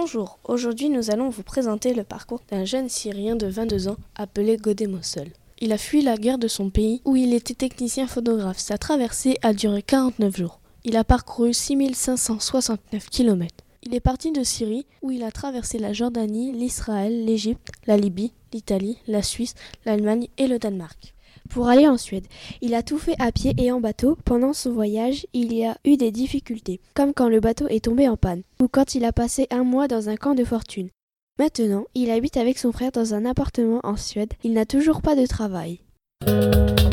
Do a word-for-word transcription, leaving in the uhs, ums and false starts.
Bonjour, aujourd'hui nous allons vous présenter le parcours d'un jeune Syrien de vingt-deux ans appelé Godé Mossol. Il a fui la guerre de son pays où il était technicien photographe. Sa traversée a duré quarante-neuf jours. Il a parcouru six mille cinq cent soixante-neuf kilomètres. Il est parti de Syrie où il a traversé la Jordanie, l'Israël, l'Égypte, la Libye, l'Italie, la Suisse, l'Allemagne et le Danemark. Pour aller en Suède, il a tout fait à pied et en bateau. Pendant son voyage, il y a eu des difficultés, comme quand le bateau est tombé en panne, ou quand il a passé un mois dans un camp de fortune. Maintenant, il habite avec son frère dans un appartement en Suède. Il n'a toujours pas de travail.